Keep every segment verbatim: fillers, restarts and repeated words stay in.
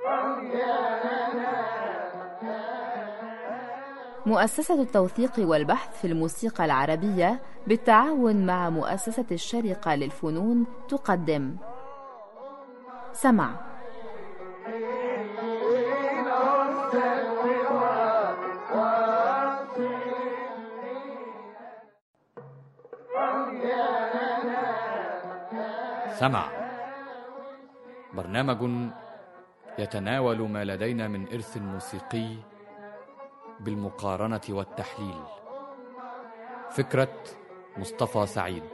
مؤسسة التوثيق والبحث في الموسيقى العربية بالتعاون مع مؤسسة الشارقة للفنون تقدم سمع. سمع برنامج يتناول ما لدينا من إرث موسيقي بالمقارنة والتحليل. فكرة مصطفى سعيد.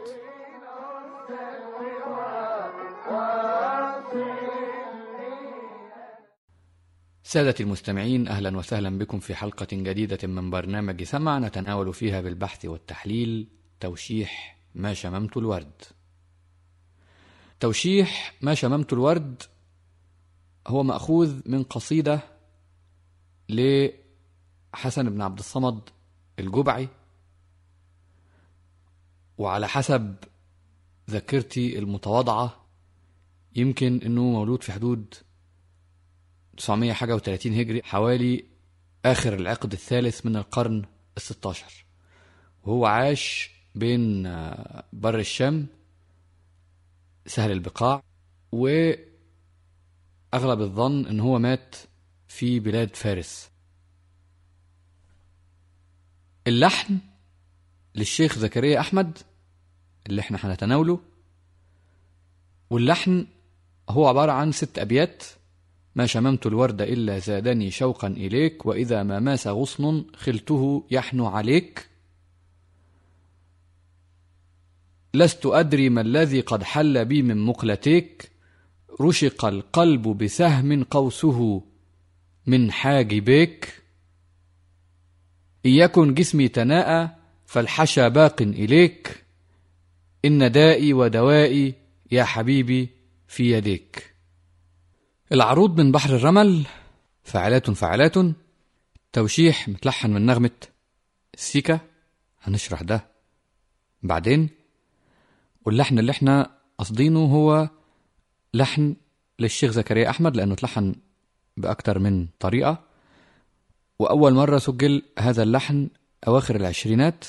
سادة المستمعين، أهلا وسهلا بكم في حلقة جديدة من برنامج سمع نتناول فيها بالبحث والتحليل توشيح ما شممت الورد. توشيح ما شممت الورد هو مأخوذ من قصيدة لحسن بن عبد الصمد الجبعي، وعلى حسب ذاكرتي المتواضعة يمكن انه مولود في حدود تسعمية حاجة وثلاثين هجري، حوالي آخر العقد الثالث من القرن الستاشر، وهو عاش بين بر الشام سهل البقاع، وأغلب الظن أنه هو مات في بلاد فارس. اللحن للشيخ زكريا أحمد اللي احنا هنتناوله، واللحن هو عبارة عن ست أبيات: ما شممت الورد إلا زادني شوقا إليك، وإذا ما ماس غصن خلته يحنو عليك، لست أدري ما الذي قد حل بي من مقلتيك، رشق القلب بسهم قوسه من حاجبيك، إن يكن جسمي تناء فالحشا باق إليك، إن دائي ودوائي يا حبيبي في يديك. العروض من بحر الرمل، فعلات فعلات، توشيح متلحن من نغمة السيكا، هنشرح ده بعدين. واللحن اللي احنا قصدينه هو لحن للشيخ زكريا أحمد، لأنه تلحن بأكتر من طريقة، وأول مرة سجل هذا اللحن أواخر العشرينات،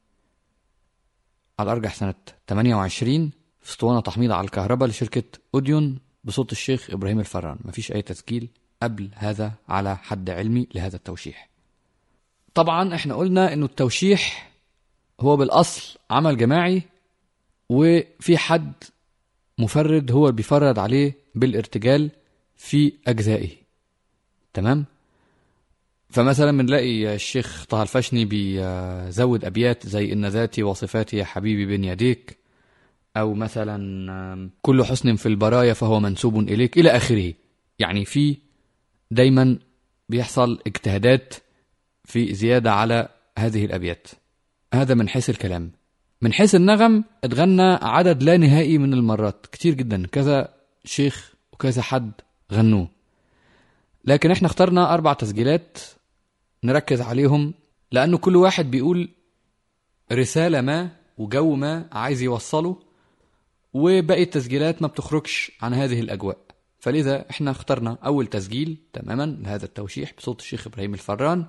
على الأرجح سنة ثمانية وعشرين، في اسطوانة تحميض على الكهرباء لشركة أوديون بصوت الشيخ إبراهيم الفران. مفيش أي تسجيل قبل هذا على حد علمي لهذا التوشيح. طبعا احنا قلنا انه التوشيح هو بالأصل عمل جماعي، وفي حد مفرد هو بيفرد عليه بالارتجال في أجزائه، تمام؟ فمثلا بنلاقي الشيخ طه الفشني بيزود أبيات زي إن ذاتي وصفاتي يا حبيبي بين يديك، أو مثلا كل حسن في البرايا فهو منسوب إليك، إلى آخره. يعني في دايما بيحصل اجتهادات في زيادة على هذه الأبيات. هذا من حيث الكلام. من حيث النغم اتغنى عدد لا نهائي من المرات، كتير جدا، كذا شيخ وكذا حد غنوه، لكن احنا اخترنا أربع تسجيلات نركز عليهم، لأنه كل واحد بيقول رسالة ما وجو ما عايز يوصله، وباقي التسجيلات ما بتخرجش عن هذه الأجواء. فلذا احنا اخترنا أول تسجيل تماما لهذا التوشيح بصوت الشيخ إبراهيم الفران،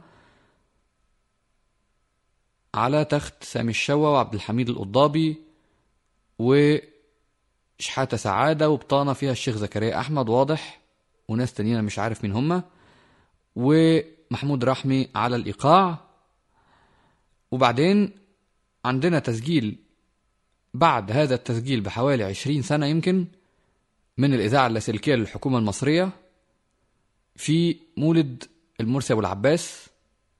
على تخت سامي الشوا وعبد الحميد القضابي وشحاتة سعادة، وبطانة فيها الشيخ زكريا أحمد واضح، وناس تانيين مش عارف مين هما، ومحمود رحمي على الإيقاع. وبعدين عندنا تسجيل بعد هذا التسجيل بحوالي عشرين سنة يمكن من الإذاعة اللاسلكية للحكومة المصرية، في مولد المرسي أبو العباس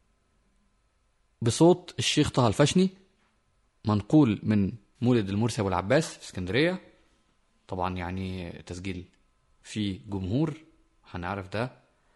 بصوت الشيخ طه الفشني، منقول من مولد المرسي أبو العباس في اسكندرية. طبعا يعني تسجيل في جمهور، هنعرف ده.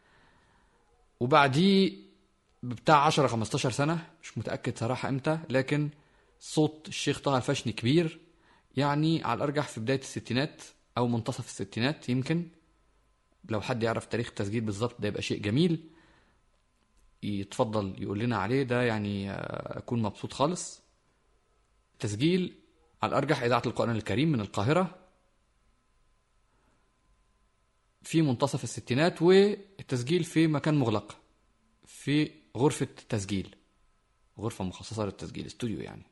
وبعديه بتاع عشرة خمستاشر سنة، مش متأكد صراحة امتى، لكن صوت الشيخ طه الفشني كبير، يعني على الأرجح في بداية الستينات أو منتصف الستينات يمكن. لو حد يعرف تاريخ التسجيل بالظبط ده يبقى شيء جميل، يتفضل يقول لنا عليه، ده يعني أكون مبسوط خالص. تسجيل على الأرجح إذاعة القرآن الكريم من القاهرة. في منتصف الستينات، والتسجيل في مكان مغلق في غرفة تسجيل، غرفة مخصصة للتسجيل، استوديو يعني.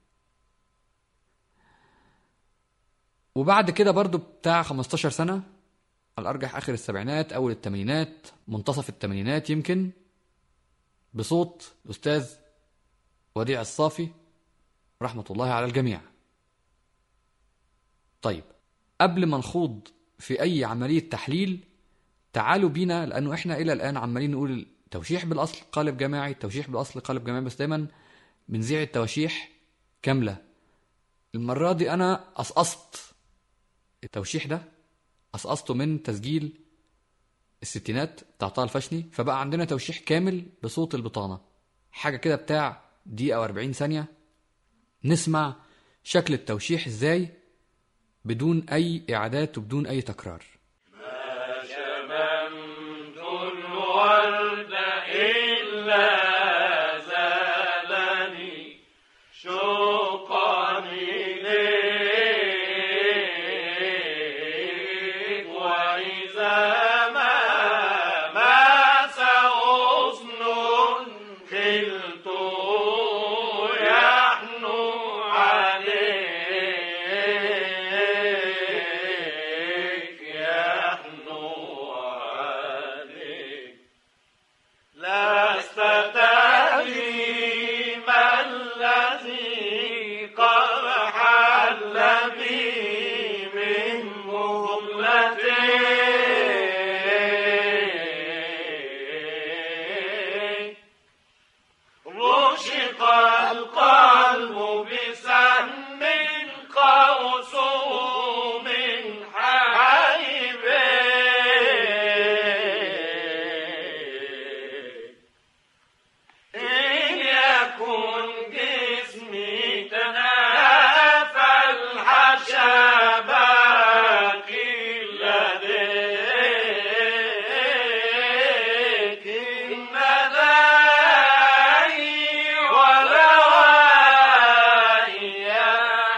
وبعد كده برضو بتاع خمستاشر سنة، الأرجح آخر السبعينات أول الثمانينات منتصف الثمانينات يمكن، بصوت الأستاذ وديع الصافي رحمة الله على الجميع. طيب قبل ما نخوض في أي عملية تحليل، تعالوا بينا، لأنه إحنا إلى الآن عمالين نقول توشيح بالأصل قالب جماعي، توشيح بالأصل قالب جماعي، بس دايما بنذيع التواشيح كاملة. المرة دي أنا قصقصت التوشيح ده، قصقصته من تسجيل الستينات بتاع طه الفشني، فبقى عندنا توشيح كامل بصوت البطانة، حاجة كده بتاع دقيقة واربعين ثانية. نسمع شكل التوشيح ازاي بدون أي إعادات وبدون أي تكرار. ما شممت الورد إلا زادني شوقا إليك، وإذا ما مس غصن خلت يحنو عليك، يحنو عليك. لست تدري ما الذي قد حل بي من مهلتك، رشق القلب بسهم قوسه من حبيبك، إن يكن جسمي تنافى الحشباك لديك، إن داعي ولوائي يا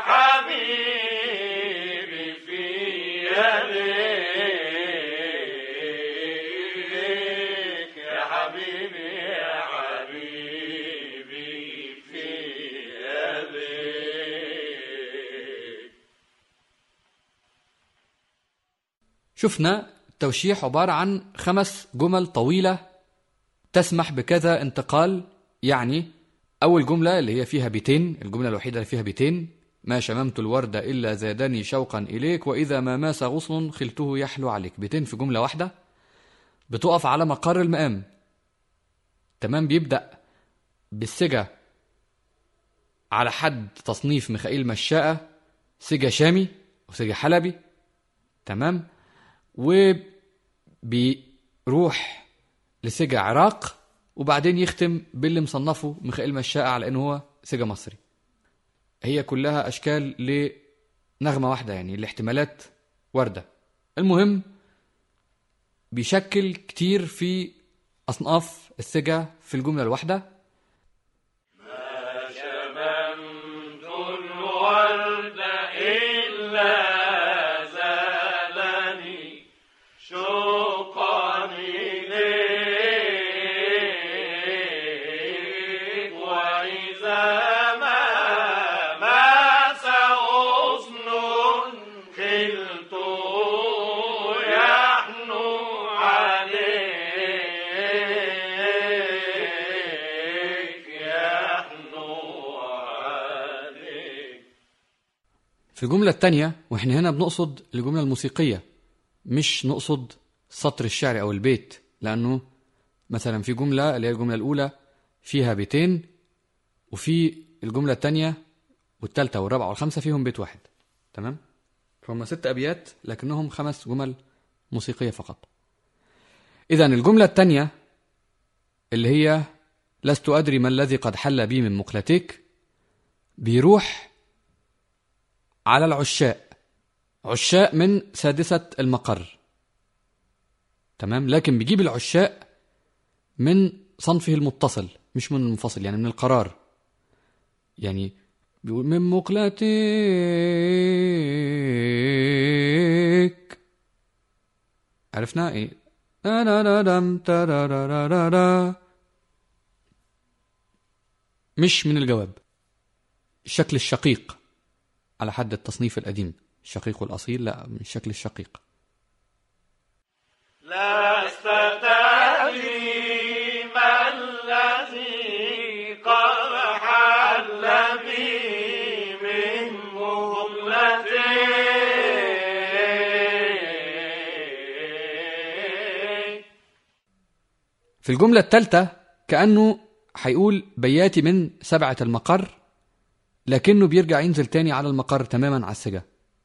حبيبي في يديك، يا حبيبي يا حبيبي في يديك. شفنا التوشيح عبارة عن خمس جمل طويلة تسمح بكذا انتقال. يعني أول جملة اللي هي فيها بيتين، الجملة الوحيدة اللي فيها بيتين، ما شممت الورد إلا زادني شوقا إليك، وإذا ما ماس غصن خلته يحلو عليك. بيتين في جملة واحدة بتقف على مقر المقام. تمام. بيبدأ بالسجة على حد تصنيف ميخائيل مشاءة، سجة شامي وسجة حلبي. تمام. وبيروح لسجة عراق، وبعدين يختم باللي مصنفه ميخائيل مشاءة على انه هو سجة مصري. هي كلها اشكال لنغمة واحدة، يعني الاحتمالات واردة. المهم بيشكل كتير في اصناف السجة في الجملة الواحدة. ما شممت الورد إلا زادني شوقا إليك، وإذا ما مس غصن خلت يحنو عليك، يحنو عليك. في الجملة التانية، واحنا هنا بنقصد الجملة الموسيقية، مش نقصد سطر الشعر أو البيت، لأنه مثلا في جملة اللي هي الجملة الأولى فيها بيتين، وفي الجملة التانية والتالتة والرابعة والخامسة فيهم بيت واحد. تمام. فهم ست أبيات لكنهم خمس جمل موسيقية فقط. إذن الجملة التانية اللي هي لست أدري ما الذي قد حل بي من مقلتك، بيروح على العشاء، عشاء من سادسة المقر. تمام. لكن بيجيب العشاء من صنفه المتصل مش من المنفصل، يعني من القرار. يعني بيقول من مقلتك، عرفنا ايه مش من الجواب. الشكل الشقيق على حد التصنيف القديم، الشقيق والأصيل، لا، من الشكل الشقيق. لست تدري ما الذي قد حل بي من مهلتي. في الجملة الثالثة كأنه هيقول بياتي من سبعة المقر، لكنه بيرجع ينزل تاني على المقر تماما على السجا.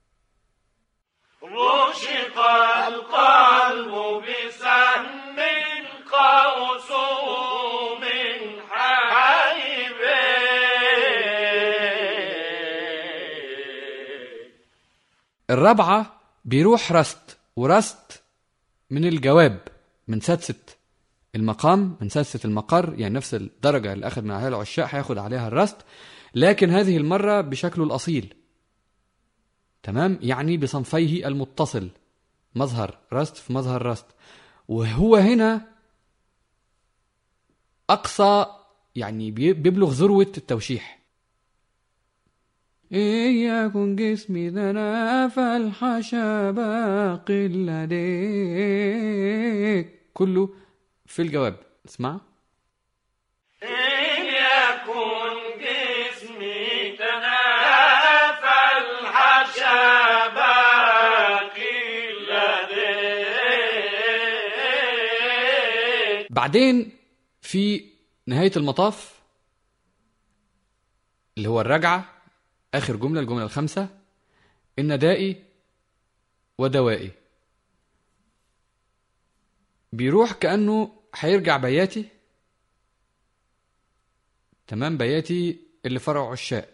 رشق القلب بسهم قوسه من حيبه. الرابعة بيروح رست، ورست من الجواب، من سادسة المقام، من سادسة المقر، يعني نفس الدرجة اللي أخذ من عليها العشاء هياخد عليها الرست، لكن هذه المرة بشكله الأصيل. تمام، يعني بصنفيه المتصل، مظهر رست في مظهر رست. وهو هنا أقصى، يعني بيبلغ ذروة التوشيح. إيه يكون جسمي ذنا فالحشا باقي لديك، كله في الجواب. اسمع. إن يكن جسمي تنافى الحشا باقي لديك. بعدين في نهاية المطاف اللي هو الرجعة، آخر جملة، الجملة الخامسة، إن دائي ودوائي، بيروح كأنه هيرجع بياتي. تمام، بياتي اللي فرع عشاء.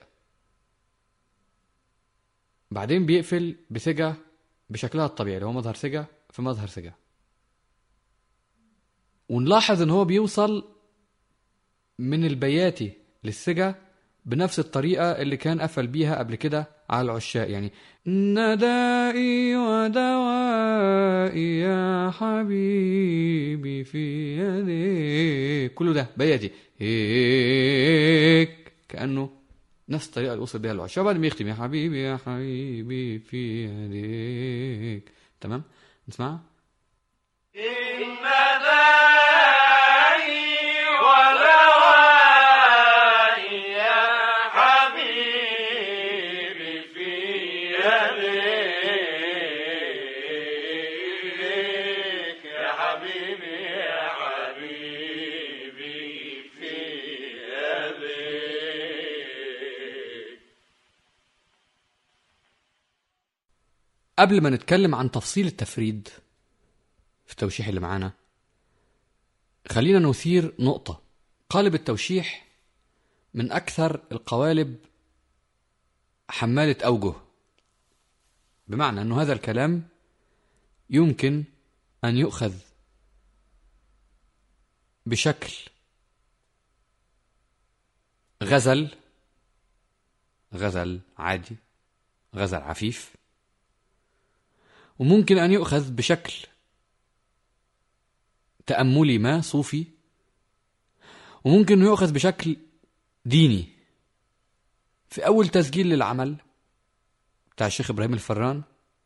بعدين بيقفل بسجة بشكلها الطبيعي اللي هو مظهر سجة في مظهر سجة. ونلاحظ ان هو بيوصل من البياتي للسجة بنفس الطريقة اللي كان قفل بيها قبل كده على العشاء، يعني ندائي ودوائي يا حبيبي في يديك، كله ده بياتي هيك، كأنه نفس الطريقة اللي وصل بيها العشاء. بعد ما يختم يا حبيبي يا حبيبي في يديك. تمام، نسمع. قبل ما نتكلم عن تفصيل التفريد في التوشيح اللي معانا، خلينا نثير نقطة. قالب التوشيح من أكثر القوالب حمالة أوجه، بمعنى أن هذا الكلام يمكن أن يؤخذ بشكل غزل، غزل عادي، غزل عفيف، وممكن أن يؤخذ بشكل تأملي ما صوفي، وممكن أن يؤخذ بشكل ديني. في أول تسجيل للعمل بتاع الشيخ إبراهيم الفران،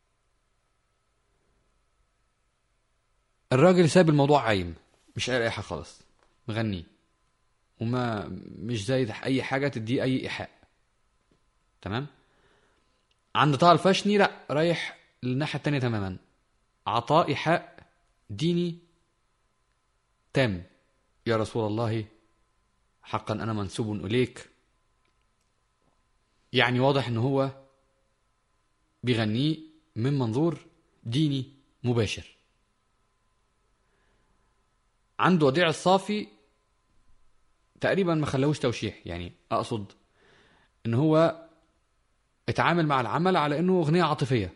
الراجل ساب الموضوع عايم، مش قال أي حاجة خالص، مغني وما مش زايد أي حاجة تديه أي إيحاء. تمام. عند طه الفشني لا، رايح للناحية التانية تماما، عطاء إيحاء ديني تام. يا رسول الله حقا أنا منسوب إليك، يعني واضح إنه هو بيغنيه من منظور ديني مباشر. عند وديع الصافي تقريبا ما خلوش توشيح، يعني أقصد إن هو اتعامل مع العمل على إنه أغنية عاطفية،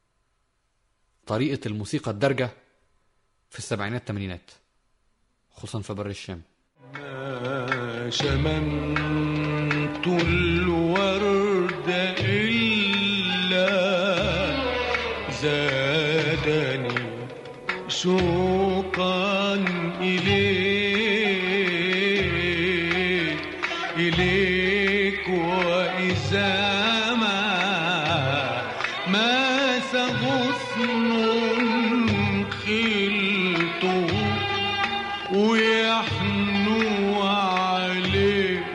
طريقة الموسيقى الدرجة في السبعينات الثمانينات، خصوصا في بر الشام. ما شممت الورد إلا زادني شوقا إليك إليك وإذا ما ماس غصن خلته ويحنو عليك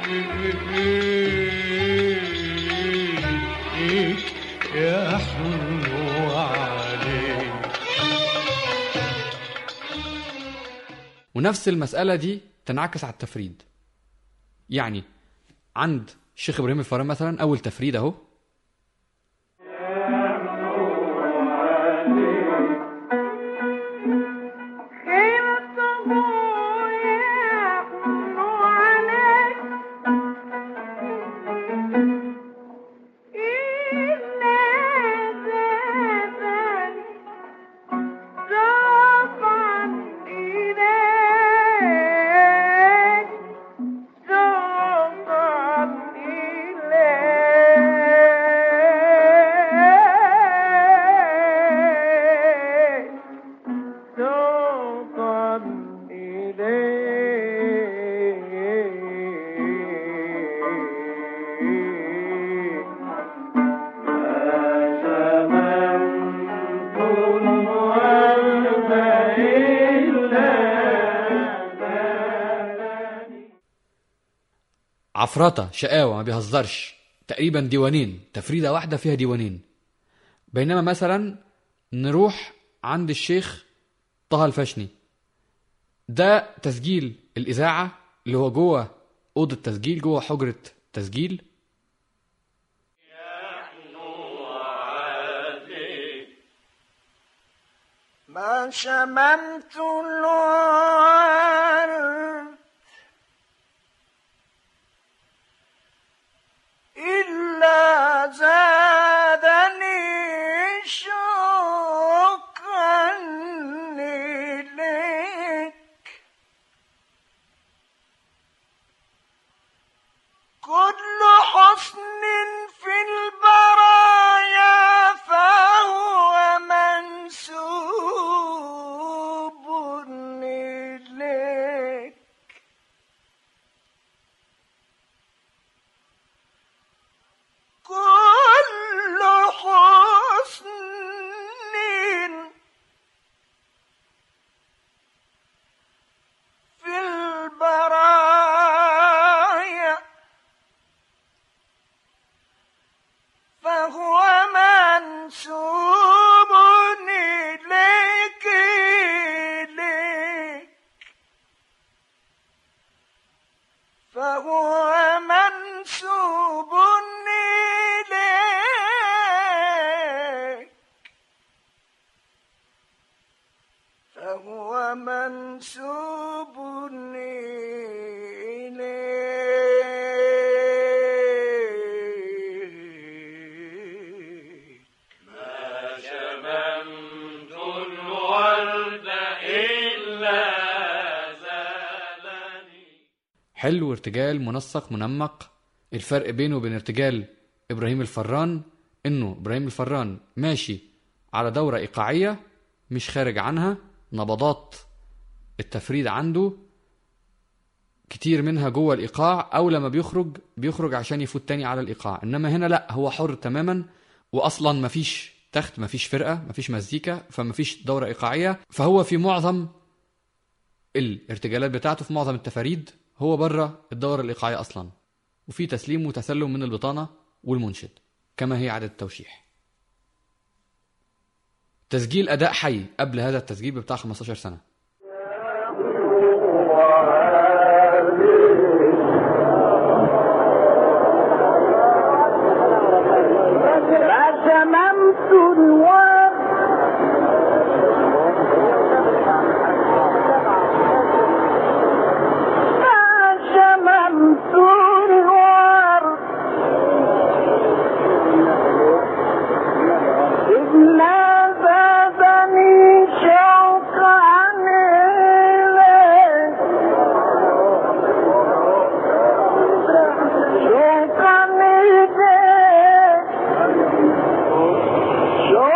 يحنو عليك. ونفس المسألة دي تنعكس على التفريد. يعني عند الشيخ إبراهيم الفران مثلا أول تفريد أهو، عفرطة شقاوة ما بيهزرش، تقريبا ديوانين، تفريدة واحدة فيها ديوانين. بينما مثلا نروح عند الشيخ طه الفشني، ده تسجيل الإذاعة اللي هو جوه أوضة تسجيل، جوه حجرة تسجيل. ما شممت الورد إلا زادني شوقا إليك. كل حسن في البرايا فهو منسوب إليك. كل حسن في البرايا فهو منسوب إليك إليك. فهو منسوب فهو منسوب إليك. ما شممت الورد إلا زالني. حلو، ارتجال منسق منمق. الفرق بينه وبين ارتجال إبراهيم الفران إنه إبراهيم الفران ماشي على دورة إيقاعية مش خارج عنها، نبضات التفريد عنده كتير منها جوه الإيقاع، أو لما بيخرج بيخرج عشان يفوت تاني على الإيقاع. إنما هنا لأ، هو حر تماما، وأصلا مفيش تخت، مفيش فرقة، مفيش مزيكا، فمفيش دورة إيقاعية. فهو في معظم الارتجالات بتاعته، في معظم التفاريد، هو بره الدورة الإيقاعية أصلا، وفي تسليم وتسلم من البطانة والمنشد كما هي عادة التوشيح. تسجيل أداء حي قبل هذا التسجيل بتاع خمستاشر سنة. شوقا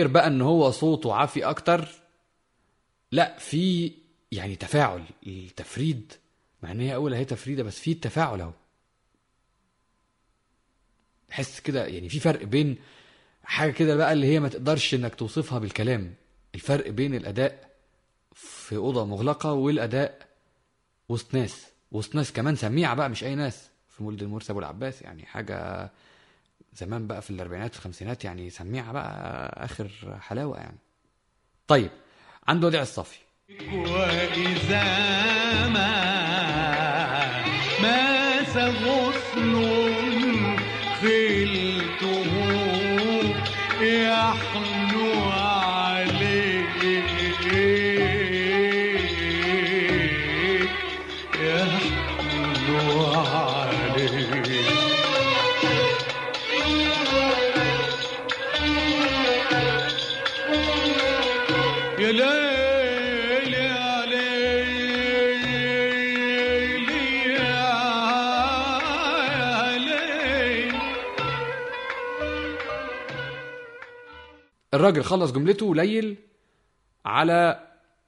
بقى ان هو صوته عافي اكتر، لا في يعني تفاعل. التفريد مع ان هي اول هي تفريده بس في تفاعل اهو. تحس كده يعني في فرق بين حاجه كده بقى اللي هي ما تقدرش انك توصفها بالكلام. الفرق بين الاداء في اوضه مغلقه والاداء وسط ناس، وسط ناس كمان سميعه بقى مش اي ناس، في مولد المرسي ابو العباس يعني حاجه زمان بقى في الاربعينات الخمسينات يعني سميعه بقى اخر حلاوه يعني. طيب عنده وديع الصافي. وإذا ما ماس غصن خلته يحلو عليه يحلو عليه يا ليل يا ليل يا ليل. الراجل خلص جملته وليل على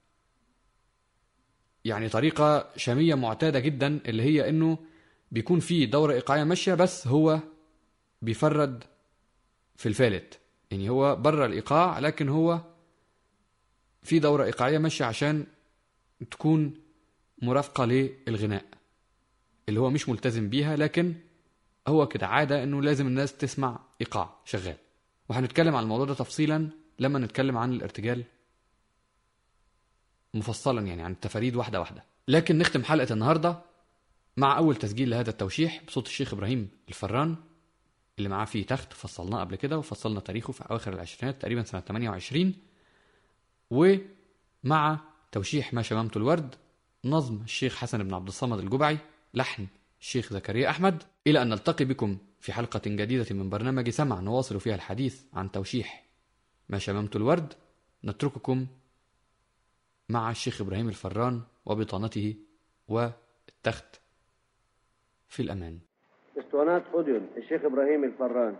يعني طريقة شامية معتادة جدا، اللي هي انه بيكون في دورة ايقاعية ماشية بس هو بيفرد في الفالت، يعني هو بره الايقاع لكن هو في دورة ايقاعية ماشية عشان تكون مرافقة للغناء اللي هو مش ملتزم بيها، لكن هو كده عادة انه لازم الناس تسمع ايقاع شغال. وهنتكلم عن الموضوع ده تفصيلا لما نتكلم عن الارتجال مفصلا، يعني عن التفاريد واحدة واحدة. لكن نختم حلقة النهاردة مع أول تسجيل لهذا التوشيح بصوت الشيخ إبراهيم الفران اللي معاه فيه تخت، فصلناه قبل كده وفصلنا تاريخه في أواخر العشرينات تقريبا سنة ثمانية وعشرين، ومع توشيح ما شممت الورد نظم الشيخ حسن بن عبد الصمد الجبعي، لحن الشيخ زكريا أحمد. إلى أن نلتقي بكم في حلقة جديدة من برنامج سمع نواصل فيها الحديث عن توشيح ما شممت الورد، نترككم مع الشيخ إبراهيم الفران وبطانته والتخت في الأمان. اسطوانات أوديون الشيخ إبراهيم الفران.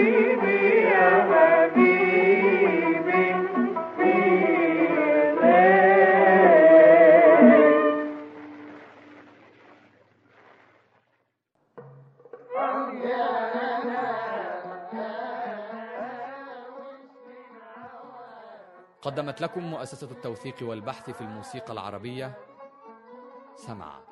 قدمت لكم مؤسسة التوثيق والبحث في الموسيقى العربية سمع.